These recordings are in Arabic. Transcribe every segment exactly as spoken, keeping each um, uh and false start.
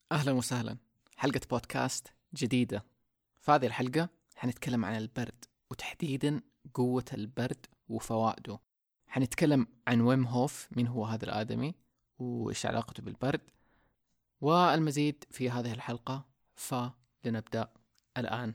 أهلا وسهلا. حلقة بودكاست جديدة. في هذه الحلقة حنتكلم عن البرد، وتحديدا قوة البرد وفوائده. حنتكلم عن ويم هوف، مين هو هذا الآدمي وإيش علاقته بالبرد، والمزيد في هذه الحلقة. فلنبدأ الآن.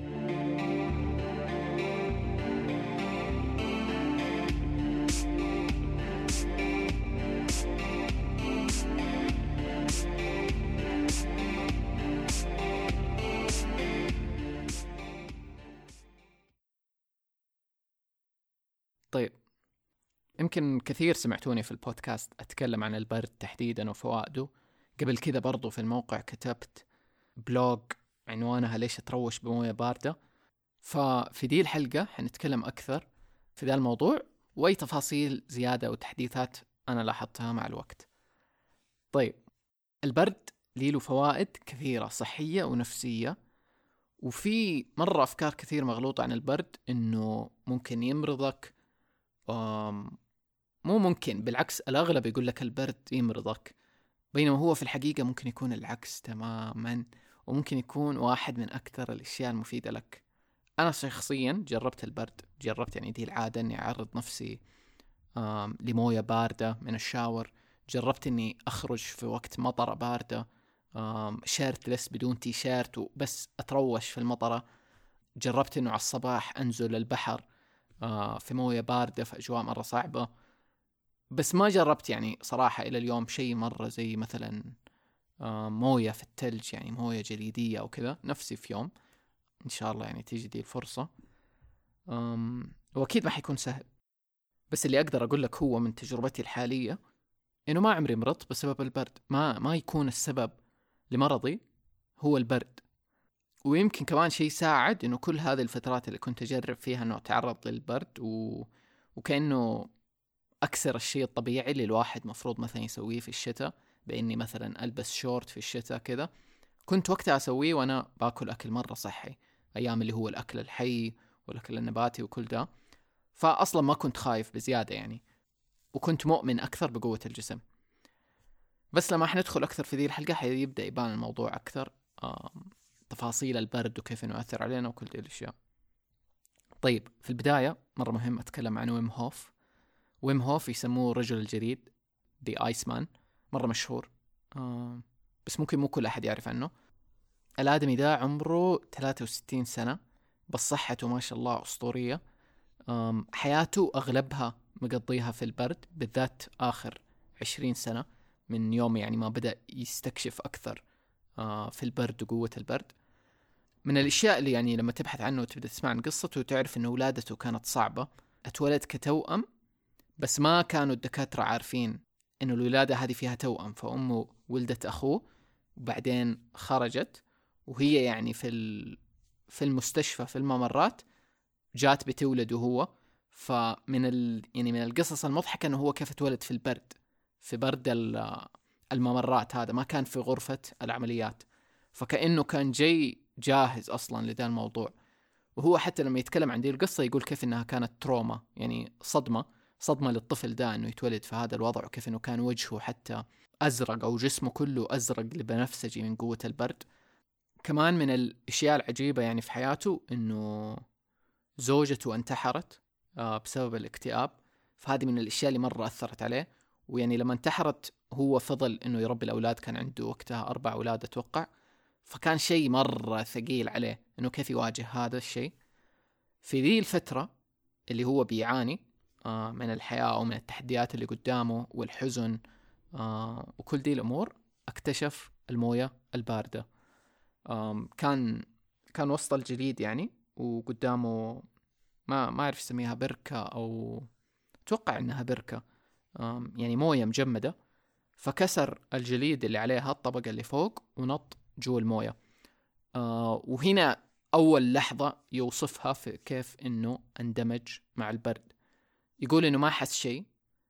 طيب، يمكن كثير سمعتوني في البودكاست أتكلم عن البرد تحديدا وفوائده. قبل كذا برضو في الموقع كتبت بلوج عنوانها ليش تروش بموية باردة. ففي دي الحلقة حنتكلم أكثر في ذا الموضوع، وأي تفاصيل زيادة وتحديثات أنا لاحظتها مع الوقت. طيب، البرد ليه له فوائد كثيرة صحية ونفسية، وفي مرة أفكار كثير مغلوطة عن البرد، إنه ممكن يمرضك. مو ممكن، بالعكس الأغلب يقول لك البرد يمرضك، بينما هو في الحقيقة ممكن يكون العكس تماما، وممكن يكون واحد من أكثر الأشياء المفيدة لك. أنا شخصيا جربت البرد، جربت يعني دي العادة أني أعرض نفسي لموية باردة من الشاور. جربت أني أخرج في وقت مطرة باردة، شيرتلس بدون تي شيرت وبس أتروش في المطرة. جربت أنه على الصباح أنزل البحر في موية باردة في أجواء مرة صعبة. بس ما جربت يعني صراحة إلى اليوم شيء مرة زي مثلا موية في الثلج، يعني موية جليدية أو كذا. نفسي في يوم إن شاء الله يعني تيجي دي الفرصة. وأكيد ما حيكون سهل، بس اللي أقدر أقول لك هو من تجربتي الحالية إنه ما عمري مرضت بسبب البرد. ما ما يكون السبب لمرضي هو البرد. ويمكن كمان شيء ساعد إنه كل هذه الفترات اللي كنت أجرب فيها إنه أتعرض للبرد و... وكأنه أكثر الشيء الطبيعي اللي الواحد مفروض مثلا يسويه في الشتاء، بإني مثلا ألبس شورت في الشتاء كذا، كنت وقتها أسويه وأنا باكل أكل مرة صحي، أيام اللي هو الأكل الحي والأكل النباتي وكل ده. فأصلا ما كنت خايف بزيادة يعني، وكنت مؤمن أكثر بقوة الجسم. بس لما حندخل أكثر في ذي الحلقة حيبدأ يبان الموضوع أكثر، تفاصيل البرد وكيف إنه يؤثر علينا وكل دي الأشياء. طيب، في البداية مرة مهم أتكلم عن ويم هوف. ويم هوف يسموه رجل الجليد، The Iceman، مرة مشهور. آه بس ممكن مو كل أحد يعرف عنه. الآدمي ده عمره ثلاثة وستين سنة، بس صحته ما شاء الله أسطورية. حياته أغلبها مقضيها في البرد، بالذات آخر عشرين سنة من يوم يعني ما بدأ يستكشف أكثر آه في البرد وقوة البرد. من الأشياء اللي يعني لما تبحث عنه وتبدأ تسمع عن قصته وتعرف أن ولادته كانت صعبة. اتولد كتوأم، بس ما كانوا الدكاترة عارفين إنه الولادة هذه فيها توأم، فأمه ولدت أخوه وبعدين خرجت، وهي يعني في في المستشفى في الممرات جات بتولد هو. فمن ال يعني من القصص المضحكة إنه هو كيف اتولد في البرد، في برد الممرات، هذا ما كان في غرفة العمليات، فكأنه كان جاي جاهز أصلا لذا الموضوع. وهو حتى لما يتكلم عن دي القصة يقول كيف إنها كانت تروما، يعني صدمة صدمة للطفل ده إنه يتولد في هذا الوضع، وكيف إنه كان وجهه حتى أزرق أو جسمه كله أزرق بنفسجي من قوة البرد. كمان من الأشياء العجيبة يعني في حياته إنه زوجته انتحرت بسبب الاكتئاب، فهذه من الأشياء اللي مرة أثرت عليه. ويعني لما انتحرت هو فضل إنه يربي الأولاد، كان عنده وقتها أربع أولاد أتوقع، فكان شيء مرة ثقيل عليه إنه كيف يواجه هذا الشيء في ذي الفترة اللي هو بيعاني من الحياة أو من التحديات اللي قدامه والحزن وكل دي الأمور. اكتشف الموية الباردة. كان كان وسط الجليد يعني، وقدامه ما ما أعرف يسميها بركة أو توقع إنها بركة، يعني موية مجمدة. فكسر الجليد اللي عليها الطبقة اللي فوق ونط جوا الموية. وهنا أول لحظة يوصفها في كيف إنه اندمج مع البرد. يقول إنه ما حس شيء،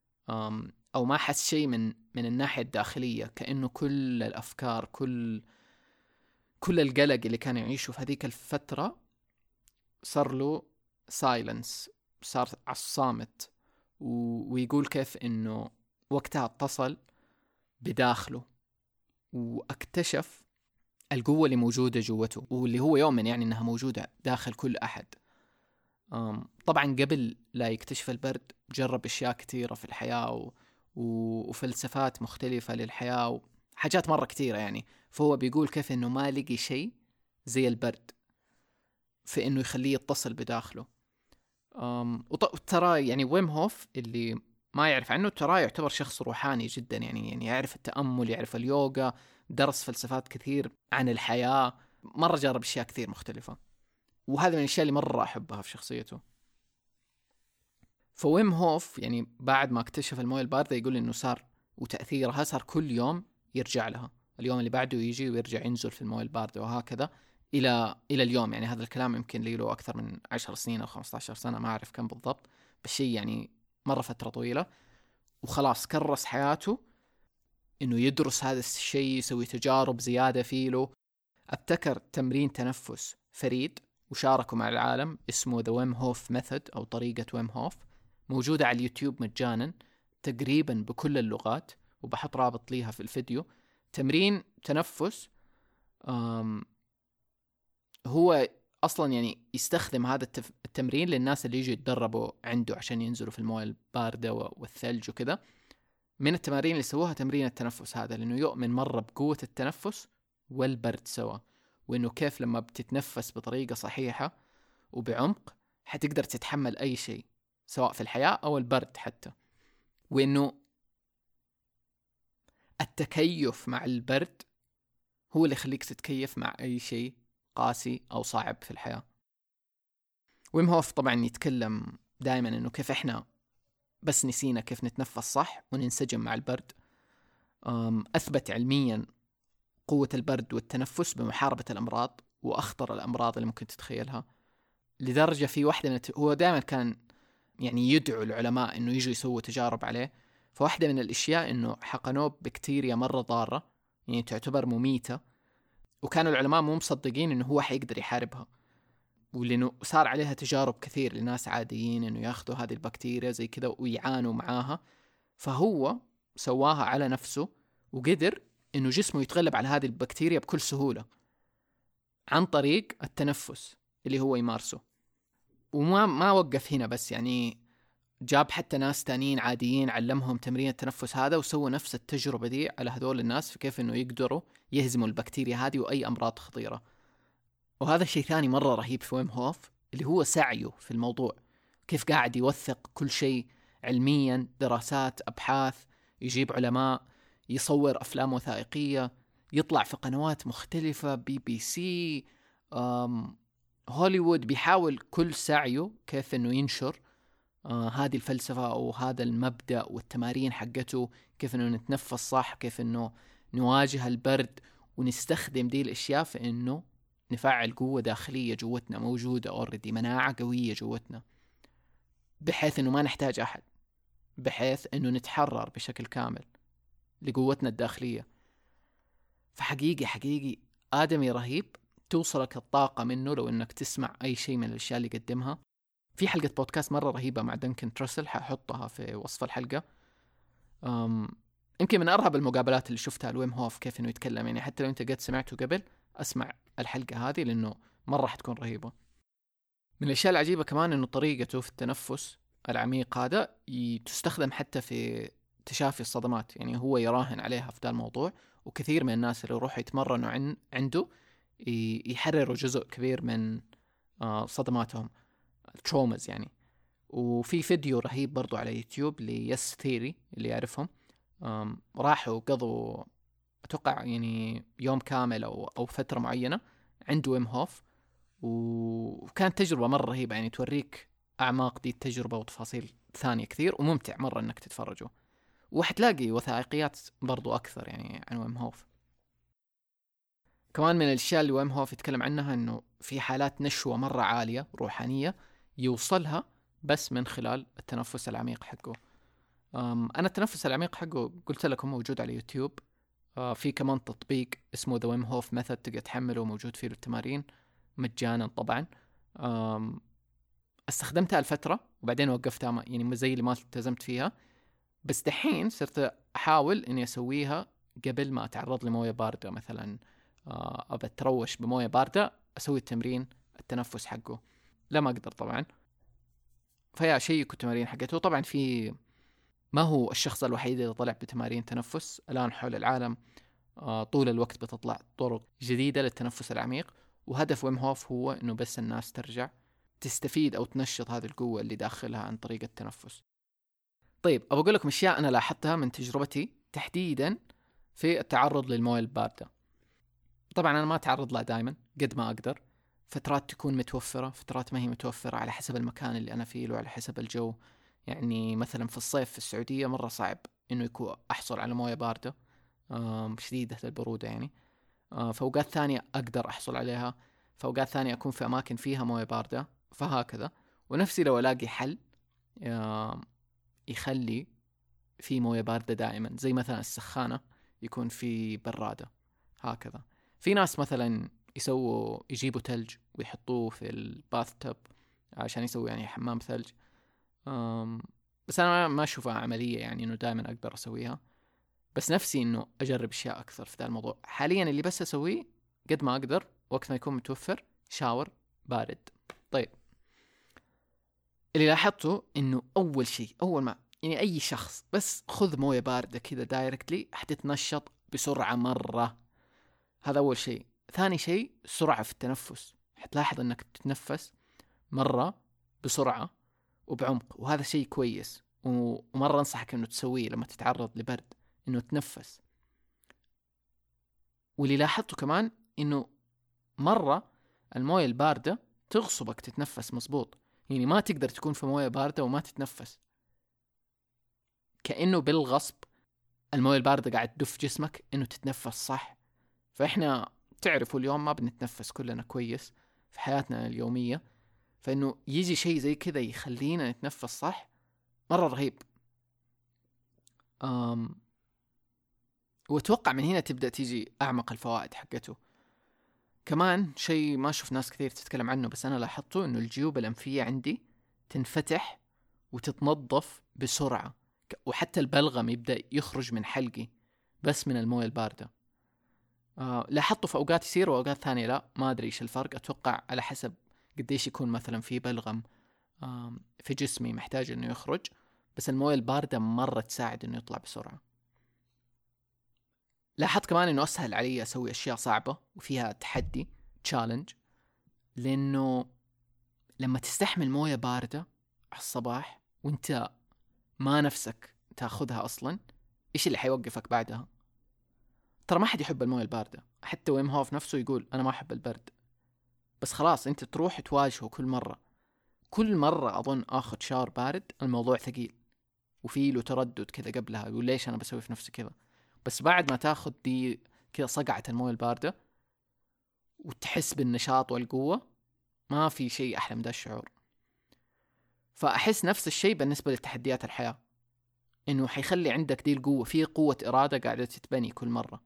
أو ما حس شيء من من الناحية الداخلية، كأنه كل الأفكار كل كل القلق اللي كان يعيشه في هذيك الفترة صار له سايلنس، صار على الصامت. ويقول كيف إنه وقتها اتصل بداخله، واكتشف القوة اللي موجودة جوته، واللي هو يؤمن يعني أنها موجودة داخل كل أحد. طبعا قبل لا يكتشف البرد جرب أشياء كثيرة في الحياة و... وفلسفات مختلفة للحياة وحاجات مرة كثيرة يعني. فهو بيقول كيف أنه ما لقي شيء زي البرد في أنه يخليه يتصل بداخله. وترى يعني ويم هوف اللي ما يعرف عنه ترى يعتبر شخص روحاني جدا يعني يعني يعرف التأمل، يعرف اليوغا، درس فلسفات كثير عن الحياة، مرة جرب أشياء كثير مختلفة، وهذا من الأشياء اللي مرة أحبها في شخصيته. فويم هوف يعني بعد ما اكتشف الموية الباردة يقول إنه صار وتأثيرها صار كل يوم يرجع لها، اليوم اللي بعده يجي ويرجع ينزل في الموية الباردة، وهكذا إلى إلى اليوم. يعني هذا الكلام يمكن له أكثر من عشر سنين أو خمسة عشر سنة، ما أعرف كم بالضبط، بس شيء يعني مرة فترة طويلة. وخلاص كرس حياته إنه يدرس هذا الشيء، يسوي تجارب زيادة فيه له. ابتكر تمرين تنفس فريد وشاركه مع العالم اسمه The Wim Hof Method أو طريقة ويم هوف، موجودة على اليوتيوب مجانا تقريبا بكل اللغات، وبحط رابط ليها في الفيديو. تمرين تنفس هو أصلا يعني يستخدم هذا التف... التمرين للناس اللي يجوا يتدربوا عنده عشان ينزلوا في المويه الباردة والثلج وكذا. من التمارين اللي سووها تمرين التنفس هذا، لأنه يؤمن مرة بقوة التنفس والبرد سوا، وإنه كيف لما بتتنفس بطريقة صحيحة وبعمق حتقدر تتحمل أي شيء سواء في الحياة أو البرد حتى، وإنه التكيف مع البرد هو اللي يخليك تتكيف مع أي شيء قاسي أو صعب في الحياة. ويم هوف طبعا يتكلم دائما إنه كيف إحنا بس نسينا كيف نتنفس صح وننسجم مع البرد. أثبت علميا قوة البرد والتنفس بمحاربة الأمراض وأخطر الأمراض اللي ممكن تتخيلها، لدرجة في واحدة من الت... هو دائما كان يعني يدعو العلماء إنه يجوا يسووا تجارب عليه. فواحدة من الأشياء إنه حقنوه بكتيريا مرة ضارة يعني تعتبر مميتة، وكانوا العلماء مو مصدقين إنه هو حيقدر يحاربها، ولأنه صار عليها تجارب كثير لناس عاديين إنه ياخذوا هذه البكتيريا زي كذا ويعانوا معاها. فهو سواها على نفسه وقدر إنه جسمه يتغلب على هذه البكتيريا بكل سهولة عن طريق التنفس اللي هو يمارسه. وما ما وقف هنا بس، يعني جاب حتى ناس تانيين عاديين علمهم تمرين التنفس هذا وسووا نفس التجربة دي على هذول الناس في كيف إنه يقدروا يهزموا البكتيريا هذه وأي أمراض خطيرة. وهذا شيء ثاني مرة رهيب في ويم هوف اللي هو سعيه في الموضوع، كيف قاعد يوثق كل شيء علميا، دراسات، أبحاث، يجيب علماء، يصور أفلام وثائقية، يطلع في قنوات مختلفة، بي بي سي، هوليوود، بيحاول كل سعيه كيف إنه ينشر آه هذه الفلسفة أو هذا المبدأ والتمارين حقته، كيف إنه نتنفس صح، كيف إنه نواجه البرد ونستخدم دي الأشياء في إنه نفعل قوة داخلية جوتنا موجودة أوردي، مناعة قوية جوتنا، بحيث إنه ما نحتاج أحد، بحيث إنه نتحرر بشكل كامل لقوتنا الداخلية. فحقيقي حقيقي آدمي رهيب، توصلك الطاقة منه لو إنك تسمع أي شيء من الأشياء اللي قدمها. في حلقة بودكاست مرة رهيبة مع دنكن تراسل ححطها في وصف الحلقة، يمكن من أرهب المقابلات اللي شفتها لويم هوف، كيف إنه يتكلم يعني حتى لو أنت قد سمعته قبل أسمع الحلقة هذه لأنه مرة حتكون رهيبة. من الأشياء العجيبة كمان إنه طريقته في التنفس العميق هذا تستخدم حتى في تشافي الصدمات، يعني هو يراهن عليها في ذا الموضوع، وكثير من الناس اللي يروحوا يتمرنوا عن عنده يحرروا جزء كبير من صدماتهم، الترومز يعني. وفي فيديو رهيب برضو على يوتيوب ليس ثيري اللي يعرفهم، راحوا قضوا أتوقع يعني يوم كامل أو أو فترة معينة عند ويم هوف، وكانت تجربة مرة رهيبة، يعني توريك أعماق دي التجربة وتفاصيل ثانية كثير، وممتع مرة إنك تتفرجوا، وحتلاقي وثائقيات برضو أكثر يعني عن ويم هوف. كمان من الأشياء اللي ويم هوف يتكلم عنها إنه في حالات نشوة مرة عالية روحانية يوصلها بس من خلال التنفس العميق حقه. أنا التنفس العميق حقه قلت لكم موجود على يوتيوب، في كمان تطبيق اسمه The Wim Hof Method تقدر تحمله، موجود فيه التمارين مجانا طبعا. استخدمتها الفترة وبعدين وقفتها، يعني زي اللي ما التزمت فيها، بس دحين صرت أحاول إني أسويها قبل ما أتعرض لموية باردة مثلا أبى أتروش بموية باردة أسوي التمرين التنفس حقه، لا ما أقدر طبعا. فيا شيء كنت تمارين حقته. طبعا في ما هو الشخص الوحيد اللي طلع بتمارين تنفس، الآن حول العالم طول الوقت بتطلع طرق جديدة للتنفس العميق، وهدف ويم هوف هو إنه بس الناس ترجع تستفيد أو تنشط هذه القوة اللي داخلها عن طريق التنفس. طيب أبغى أقول لكم أشياء أنا لاحظتها من تجربتي تحديدا في التعرض للموية الباردة. طبعا أنا ما أتعرض لها دائما، قد ما أقدر، فترات تكون متوفرة، فترات ما هي متوفرة، على حسب المكان اللي أنا فيه وعلى حسب الجو. يعني مثلا في الصيف في السعودية مرة صعب إنه يكون أحصل على موية باردة شديدة البرودة يعني. فأوقات ثانية أقدر أحصل عليها، فأوقات ثانية أكون في أماكن فيها موية باردة، فهكذا. ونفسي لو ألاقي حل يخلي في موية باردة دائما، زي مثلا السخانة يكون في برادة هكذا. في ناس مثلا يسووا يجيبوا ثلج ويحطوه في الباث توب عشان يسوي يعني حمام ثلج، بس أنا ما أشوفها عملية يعني إنه دائما أقدر أسويها. بس نفسي إنه أجرب أشياء أكثر في ذا الموضوع. حاليا اللي بس أسويه قد ما أقدر وقت ما يكون متوفر شاور بارد. طيب اللي لاحظته إنه أول شيء أول ما يعني أي شخص بس خذ موية باردة كذا دايركتلي حتتنشط بسرعة مرة، هذا أول شيء. ثاني شيء سرعة في التنفس، حتلاحظ أنك تتنفس مرة بسرعة وبعمق، وهذا شيء كويس ومرة أنصحك أنه تسويه لما تتعرض لبرد، أنه تنفس. واللي لاحظته كمان أنه مرة الموية الباردة تغصبك تتنفس مزبوط، يعني ما تقدر تكون في موية باردة وما تتنفس، كأنه بالغصب الموية الباردة قاعد تدف جسمك أنه تتنفس صح. فإحنا تعرفوا اليوم ما بنتنفس كلنا كويس في حياتنا اليومية، فإنه يجي شيء زي كذا يخلينا نتنفس صح مرة رهيب. أم وأتوقع من هنا تبدأ تيجي أعمق الفوائد حقته. كمان شيء ما أشوف ناس كثير تتكلم عنه بس أنا لاحظته، إنه الجيوب الأنفية عندي تنفتح وتتنظف بسرعة، وحتى البلغم يبدأ يخرج من حلقي بس من الموية الباردة. آه لاحظته في أوقات يصير وأوقات ثانية لا، ما أدري إيش الفرق. أتوقع على حسب قديش يكون مثلا في بلغم آه في جسمي محتاج إنه يخرج، بس الموية الباردة مرة تساعد إنه يطلع بسرعة. لاحظت كمان إنه أسهل علي أسوي أشياء صعبة وفيها تحدي تشالنج، لأنه لما تستحمل موية باردة على الصباح وانت ما نفسك تاخذها أصلا، إيش اللي حيوقفك بعدها؟ ترى ما حد يحب الموية الباردة، حتى ويم هوف نفسه يقول أنا ما أحب البرد، بس خلاص أنت تروح تواجهه كل مرة. كل مرة أظن أخذ شاور بارد الموضوع ثقيل وفي له تردد كذا قبلها، يقول ليش أنا بسوي في نفسي كذا، بس بعد ما تاخذ دي كذا صقعة الموية الباردة وتحس بالنشاط والقوة، ما في شيء أحلى من ذا الشعور. فأحس نفس الشيء بالنسبة لتحديات الحياة، إنه حيخلي عندك دي القوة، في قوة إرادة قاعدة تتبني كل مرة.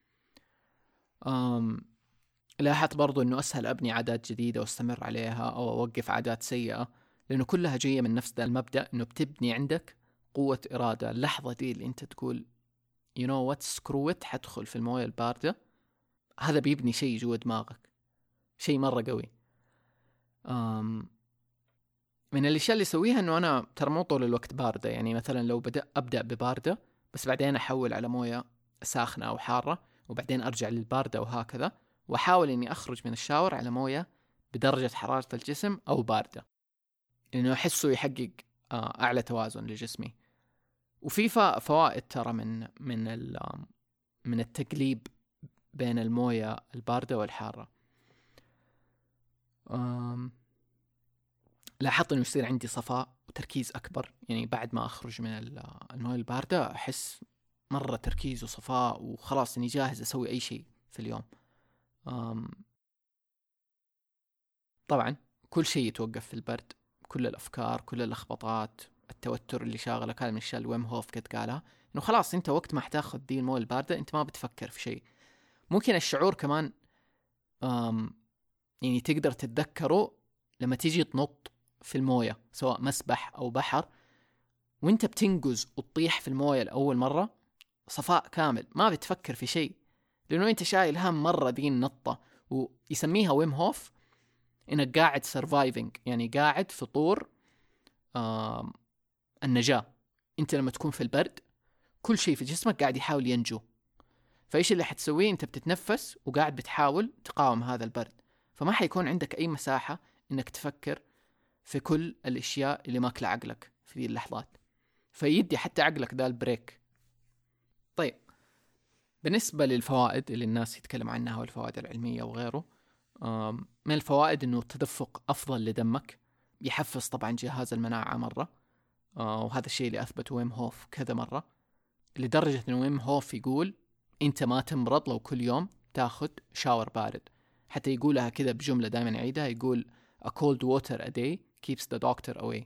أم لاحظت برضو إنه أسهل أبني عادات جديدة واستمر عليها أو أوقف عادات سيئة، لأنه كلها جاية من نفس ذا المبدأ، إنه بتبني عندك قوة إرادة. اللحظة دي اللي أنت تقول you know what screw it حدخل في الموية الباردة، هذا بيبني شيء جوا دماغك، شيء مرة قوي. أم من الاشياء اللي اسويها انه انا ترى مو طول الوقت باردة، يعني مثلا لو بدأ ابدأ بباردة بس بعدين احول على موية ساخنة او حارة وبعدين ارجع للباردة وهكذا، واحاول اني اخرج من الشاور على موية بدرجة حرارة الجسم او باردة، لانه احسه يحقق اعلى توازن لجسمي. وفي فوائد ترى من من من التقليب بين الموية الباردة والحارة. أم لاحظت انه يصير عندي صفاء وتركيز اكبر، يعني بعد ما اخرج من المويه البارده احس مره تركيز وصفاء وخلاص اني جاهز اسوي اي شيء في اليوم. أم طبعا كل شيء يتوقف في البرد، كل الافكار كل اللخبطات التوتر اللي شاغلك، هذا من الاشياء اللي ويم هوف قد قالها، انه خلاص انت وقت ما حتاخذ دي المويه البارده انت ما بتفكر في شيء. ممكن الشعور كمان أم يعني تقدر تتذكره لما تيجي تنط في الموية سواء مسبح أو بحر، وانت بتنقز وتطيح في الموية لأول مرة، صفاء كامل، ما بتفكر في شيء، لأنه أنت شايل هم مرة دي النطة. ويسميها ويم هوف إنك قاعد سرفايفنج، يعني قاعد في طور آه النجاة. أنت لما تكون في البرد كل شيء في جسمك قاعد يحاول ينجو، فإيش اللي حتسويه؟ أنت بتتنفس وقاعد بتحاول تقاوم هذا البرد، فما حيكون عندك أي مساحة إنك تفكر في كل الاشياء اللي ماكله عقلك في ذي اللحظات، فيدي حتى عقلك ذا البريك. طيب بالنسبه للفوائد اللي الناس يتكلم عنها والفوائد العلميه وغيره، من الفوائد انه التدفق افضل لدمك، يحفز طبعا جهاز المناعه مره، وهذا الشيء اللي اثبته ويم هوف كذا مره، لدرجه انه ويم هوف يقول انت ما تمرض لو كل يوم تاخذ شاور بارد. حتى يقولها كذا بجمله دائما يعيدها، يقول a cold water a day keeps the doctor away.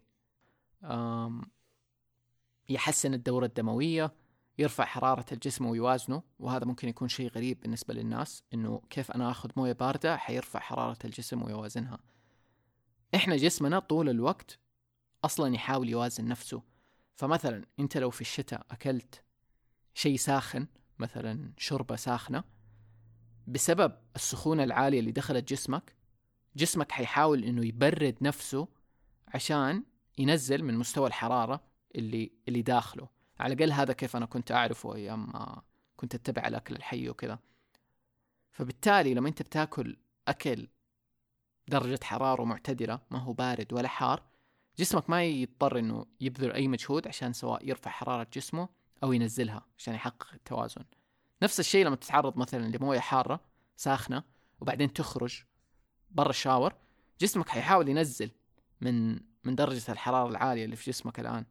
يحسن الدورة الدموية، يرفع حرارة الجسم ويوازنه، وهذا ممكن يكون شيء غريب بالنسبة للناس، إنه كيف أنا أخذ موية باردة حيرفع حرارة الجسم ويوازنها. إحنا جسمنا طول الوقت أصلا يحاول يوازن نفسه. فمثلا أنت لو في الشتاء أكلت شيء ساخن، مثلا شوربة ساخنة، بسبب السخونة العالية اللي دخلت جسمك، جسمك حيحاول إنه يبرد نفسه عشان ينزل من مستوى الحرارة اللي اللي داخله. على الأقل هذا كيف أنا كنت أعرفه أيام ما كنت أتبع الأكل الحي وكذا. فبالتالي لما أنت بتاكل أكل درجة حرارة معتدلة، ما هو بارد ولا حار، جسمك ما يضطر إنه يبذل أي مجهود عشان سواء يرفع حرارة جسمه أو ينزلها عشان يحقق التوازن. نفس الشيء لما تتعرض مثلا لموية حارة ساخنة وبعدين تخرج برا الشاور، جسمك حيحاول ينزل من من درجة الحرارة العالية اللي في جسمك الآن.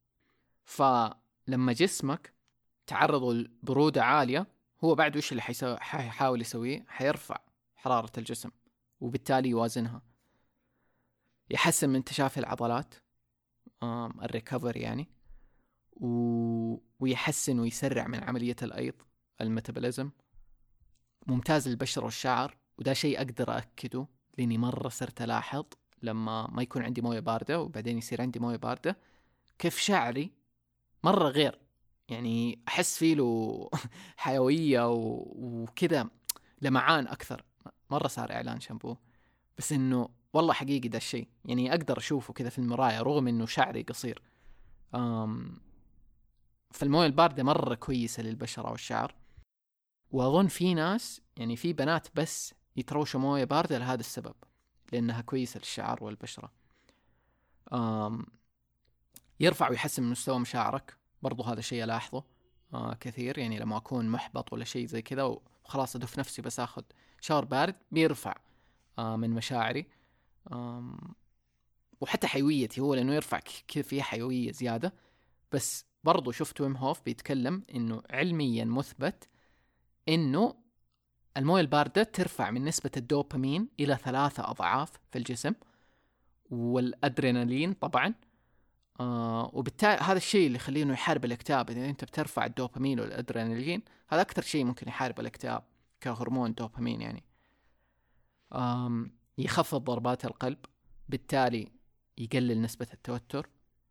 فلما جسمك تعرض لبرودة عالية، هو بعد وش اللي حيسو... حيحاول يسويه؟ حيرفع حرارة الجسم وبالتالي يوازنها، يحسن من تشافي العضلات، الريكفري يعني، و... ويحسن ويسرع من عملية الأيض، الميتابوليزم. ممتاز للبشرة والشعر، وده شيء أقدر أكده لأني مرة صرت ألاحظ لما ما يكون عندي موية باردة وبعدين يصير عندي موية باردة كيف شعري مرة غير، يعني أحس فيه له حيوية وكذا لمعان أكثر. مرة صار إعلان شامبو، بس إنه والله حقيقي ده الشيء، يعني أقدر أشوفه كذا في المراية رغم إنه شعري قصير. أم فالموية الباردة مرة كويسة للبشرة والشعر، وأظن في ناس يعني في بنات بس يتروشوا موية باردة لهذا السبب، لأنها كويسة للشعر والبشرة. أم يرفع ويحسن من مستوى مشاعرك، برضو هذا شيء ألاحظه آه كثير، يعني لما أكون محبط ولا شيء زي كذا وخلاص أدف نفسي بس أخذ شاور بارد بيرفع آه من مشاعري، آه وحتى حيويتي هو لأنه يرفع كذا فيه حيوية زيادة. بس برضو شفت ويم هوف بيتكلم إنه علميا مثبت إنه الموية الباردة ترفع من نسبة الدوبامين إلى ثلاثة أضعاف في الجسم، والأدرينالين طبعا. آه وبالتالي هذا الشيء اللي يخليه انه يحارب الاكتئاب. اذا انت بترفع الدوبامين والادرينالين، هذا اكثر شيء ممكن يحارب الاكتئاب كهرمون دوبامين يعني. آم يخفض ضربات القلب، بالتالي يقلل نسبة التوتر.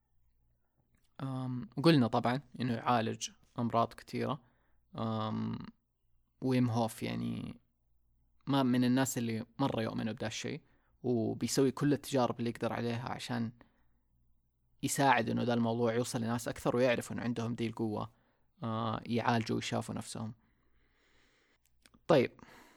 آم وقلنا طبعا انه يعالج امراض كثيرة. آم ويم هوف يعني ما من الناس اللي مرة يؤمنوا بدا الشيء، وبيسوي كل التجارب اللي يقدر عليها عشان يساعد انه ذا الموضوع يوصل لناس اكثر ويعرفوا انه عندهم دي القوة آه يعالجوا ويشافوا نفسهم. طيب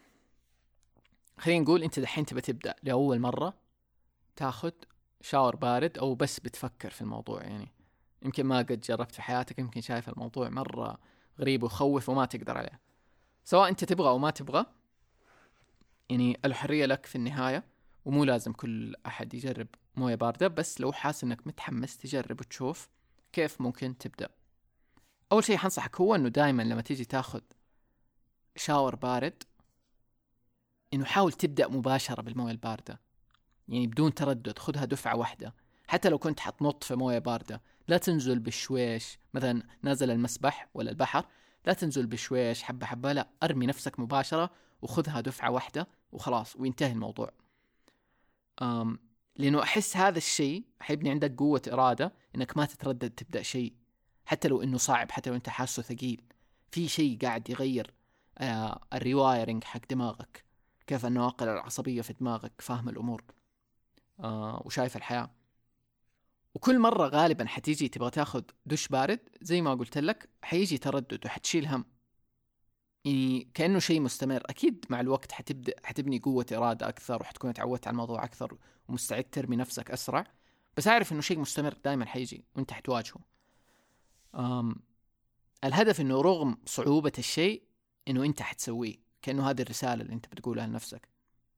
خلينا نقول انت دحين تبى تبدأ لأول مرة تاخد شاور بارد، او بس بتفكر في الموضوع، يعني يمكن ما قد جربت في حياتك، يمكن شايف الموضوع مرة غريب وخوف وما تقدر عليه. سواء انت تبغى او ما تبغى، يعني الحرية لك في النهاية، ومو لازم كل احد يجرب موية باردة، بس لو حاس انك متحمس تجرب وتشوف كيف ممكن تبدأ. اول شيء حنصحك هو انه دائما لما تيجي تاخذ شاور بارد انه حاول تبدأ مباشرة بالموية الباردة، يعني بدون تردد خذها دفعة واحدة. حتى لو كنت حتنط في موية باردة لا تنزل بشويش، مثلا نازل المسبح ولا البحر لا تنزل بشويش حبة حبة، لا ارمي نفسك مباشرة وخذها دفعة واحدة وخلاص وينتهي الموضوع. أم لأنه أحس هذا الشيء حيبني عندك قوة إرادة إنك ما تتردد تبدأ شيء حتى لو إنه صعب، حتى لو أنت حاسه ثقيل، في شيء قاعد يغير آه الريوايرنج حق دماغك، كيف النواقل العصبية في دماغك فاهم الأمور آه وشايف الحياة. وكل مرة غالبا حتيجي تبغى تاخذ دش بارد زي ما قلت لك حيجي تردد وحتشيل هم، يعني كأنه شيء مستمر. أكيد مع الوقت حتبدأ حتبني قوة إرادة أكثر وحتكون تعودت على الموضوع أكثر ومستعد ترمي نفسك أسرع، بس أعرف إنه شيء مستمر دائما حيجي وأنت حتواجهه. أم الهدف إنه رغم صعوبة الشيء إنه أنت حتسويه، كأنه هذه الرسالة اللي أنت بتقولها لنفسك.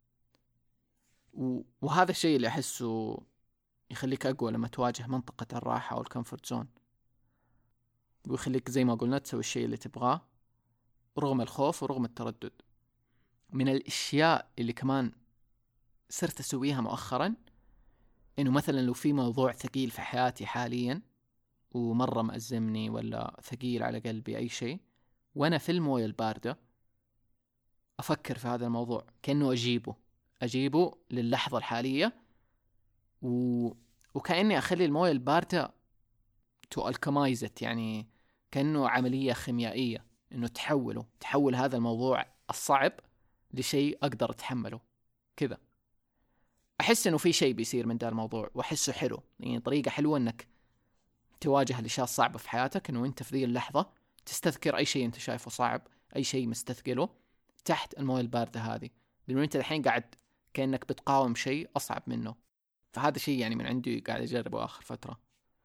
و... وهذا الشيء اللي أحسه يخليك أقوى لما تواجه منطقة الراحة أو الكمفورت زون، ويخليك زي ما قلنا تسوي الشيء اللي تبغاه رغم الخوف ورغم التردد. من الاشياء اللي كمان صرت اسويها مؤخرا انه مثلا لو في موضوع ثقيل في حياتي حاليا ومرة مأزمني ولا ثقيل على قلبي اي شيء، وانا في الموية الباردة افكر في هذا الموضوع كأنه اجيبه اجيبه للحظة الحالية، و... وكأني اخلي الموية الباردة تو الكمايزت، يعني كأنه عملية خيميائية انه تحوله تحول هذا الموضوع الصعب لشيء اقدر اتحمله. كذا احس انه في شيء بيصير من ده الموضوع واحسه حلو، يعني طريقة حلوة انك تواجه الاشياء الصعبة في حياتك، انه انت في ذي اللحظة تستذكر اي شيء انت شايفه صعب، اي شيء مستثقله تحت المويه الباردة هذه، لانه انت الحين قاعد كأنك بتقاوم شيء اصعب منه. فهذا شيء يعني من عندي قاعد اجربه اخر فترة.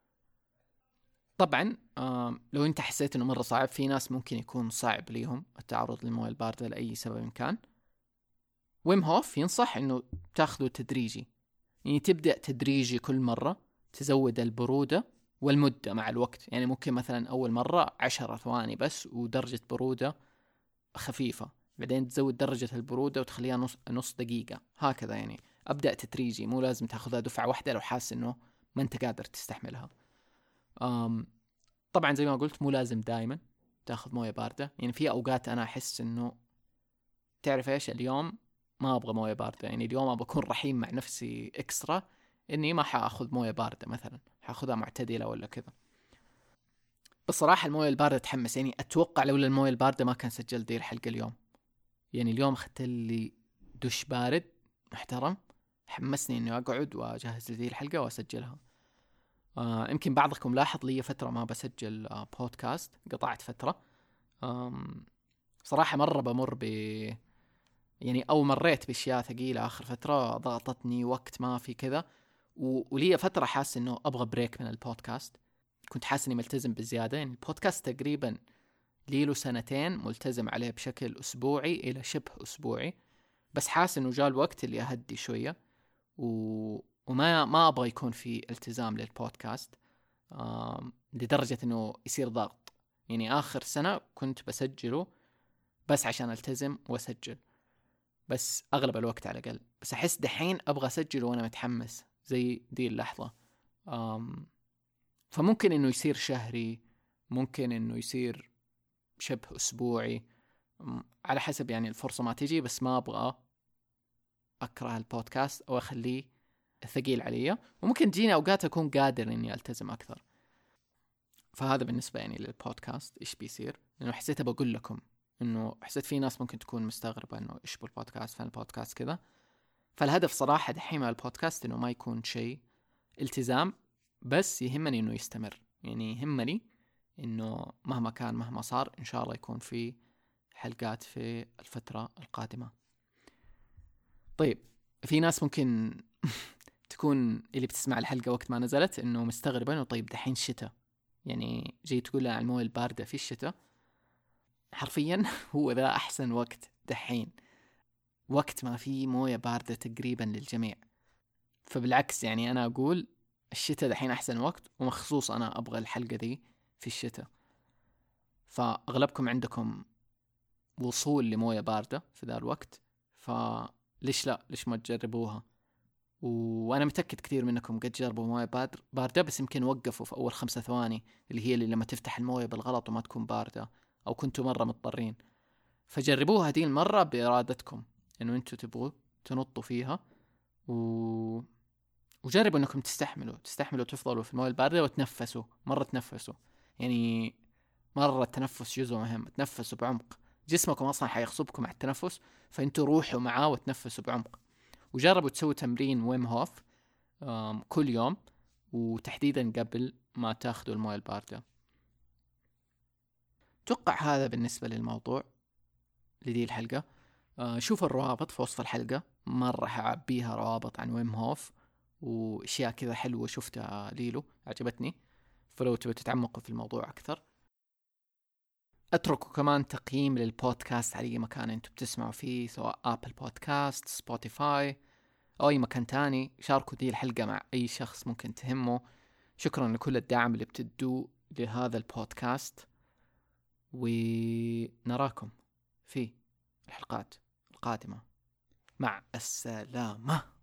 طبعا لو انت حسيت انه مرة صعب، في ناس ممكن يكون صعب ليهم التعرض للمويه الباردة لأي سبب كان. ويم هوف ينصح انه تاخذه تدريجي، يعني تبدأ تدريجي كل مرة تزود البرودة والمدة مع الوقت، يعني ممكن مثلا أول مرة عشر ثواني بس ودرجة برودة خفيفة، بعدين تزود درجة البرودة وتخليها نص, نص دقيقة، هكذا يعني أبدأ تدريجي، مو لازم تاخذها دفعة واحدة لو حاس إنه ما أنت قادر تستحملها. أم طبعا زي ما قلت مو لازم دائما تاخذ موية باردة، يعني في أوقات أنا أحس إنه تعرف إيش اليوم ما أبغى موية باردة، يعني اليوم أبغى أكون رحيم مع نفسي إكسترا، إني ما حأخذ موية باردة مثلا، حأخذها معتدلة ولا كذا. بصراحة الموية الباردة تحمس، يعني أتوقع لولا الموية الباردة ما كان سجلت دي الحلقة اليوم، يعني اليوم أخذت لي دش بارد محترم حمسني إني أقعد وأجهز لدي الحلقة وأسجلها. آه يمكن بعضكم لاحظ لي فترة ما بسجل آه بودكاست، قطعت فترة. آم صراحة مرة بمر ب يعني أو مريت بأشياء ثقيلة آخر فترة ضغطتني وقت ما في كذا، ولي فترة حاس إنه أبغى بريك من البودكاست، كنت حاسس إني ملتزم بزيادة، يعني البودكاست تقريبا لي له سنتين ملتزم عليه بشكل أسبوعي إلى شبه أسبوعي، بس حاسس إنه جاء الوقت اللي أهدي شوية و... وما ما أبغى يكون في التزام للبودكاست آم... لدرجة إنه يصير ضغط. يعني آخر سنة كنت بسجله بس عشان ألتزم وأسجل، بس أغلب الوقت على الأقل، بس أحس دحين أبغى أسجله وأنا متحمس زي دي اللحظة. أم فممكن إنه يصير شهري، ممكن إنه يصير شبه أسبوعي، على حسب يعني الفرصة ما تجي، بس ما أبغى أكره البودكاست أو أخليه ثقيل علي، وممكن تجيني أوقات أكون قادر إني ألتزم أكثر. فهذا بالنسبة يعني للبودكاست إيش بيصير، لأنه حسيت بقول لكم إنه حسيت في ناس ممكن تكون مستغربة إنه إيش بالبودكاست، فان البودكاست كذا. فالهدف صراحة دحين مع البودكاست إنه ما يكون شيء التزام، بس يهمني إنه يستمر، يعني يهمني إنه مهما كان مهما صار إن شاء الله يكون في حلقات في الفترة القادمة. طيب في ناس ممكن تكون اللي بتسمع الحلقة وقت ما نزلت إنه مستغربة إنه طيب دحين الشتاء، يعني جاي تقول عن الموية الباردة في الشتاء، حرفيا هو ذا أحسن وقت دحين، وقت ما في موية باردة تقريبا للجميع. فبالعكس يعني أنا أقول الشتاء دحين أحسن وقت، ومخصوص أنا أبغى الحلقة دي في الشتاء، فأغلبكم عندكم وصول لموية باردة في ذا الوقت، فليش لا ليش ما تجربوها. وأنا متأكد كثير منكم قد جربوا موية باردة بس يمكن وقفوا في أول خمسة ثواني، اللي هي اللي لما تفتح الموية بالغلط وما تكون باردة، أو كنتوا مرة مضطرين. فجربوها هذه المرة بإرادتكم إنه أنتوا تبغوا تنطوا فيها، و... وجربوا إنكم تستحملوا تستحملوا تفضلوا في الموية الباردة وتنفسوا مرة، تنفسوا يعني مرة التنفس جزء مهم، تنفسوا بعمق، جسمكم أصلا حيغصبكم على التنفس، فأنتوا روحوا معاه وتنفسوا بعمق. وجربوا تسووا تمرين ويم هوف كل يوم، وتحديدا قبل ما تاخذوا المويه الباردة. توقع هذا بالنسبة للموضوع لدي الحلقة. آه شوف الروابط في وصف الحلقة، مرة حعبيها روابط عن ويم هوف واشياء كذا حلوة شفتها ليلو عجبتني، فلو تبي تتعمقوا في الموضوع أكثر. اتركوا كمان تقييم للبودكاست على اي مكان انتم بتسمعوا فيه، سواء ابل بودكاست، سبوتيفاي او اي مكان تاني. شاركوا دي الحلقة مع اي شخص ممكن تهمه. شكرا لكل الدعم اللي بتدوا لهذا البودكاست، ونراكم في الحلقات القادمة. مع السلامة.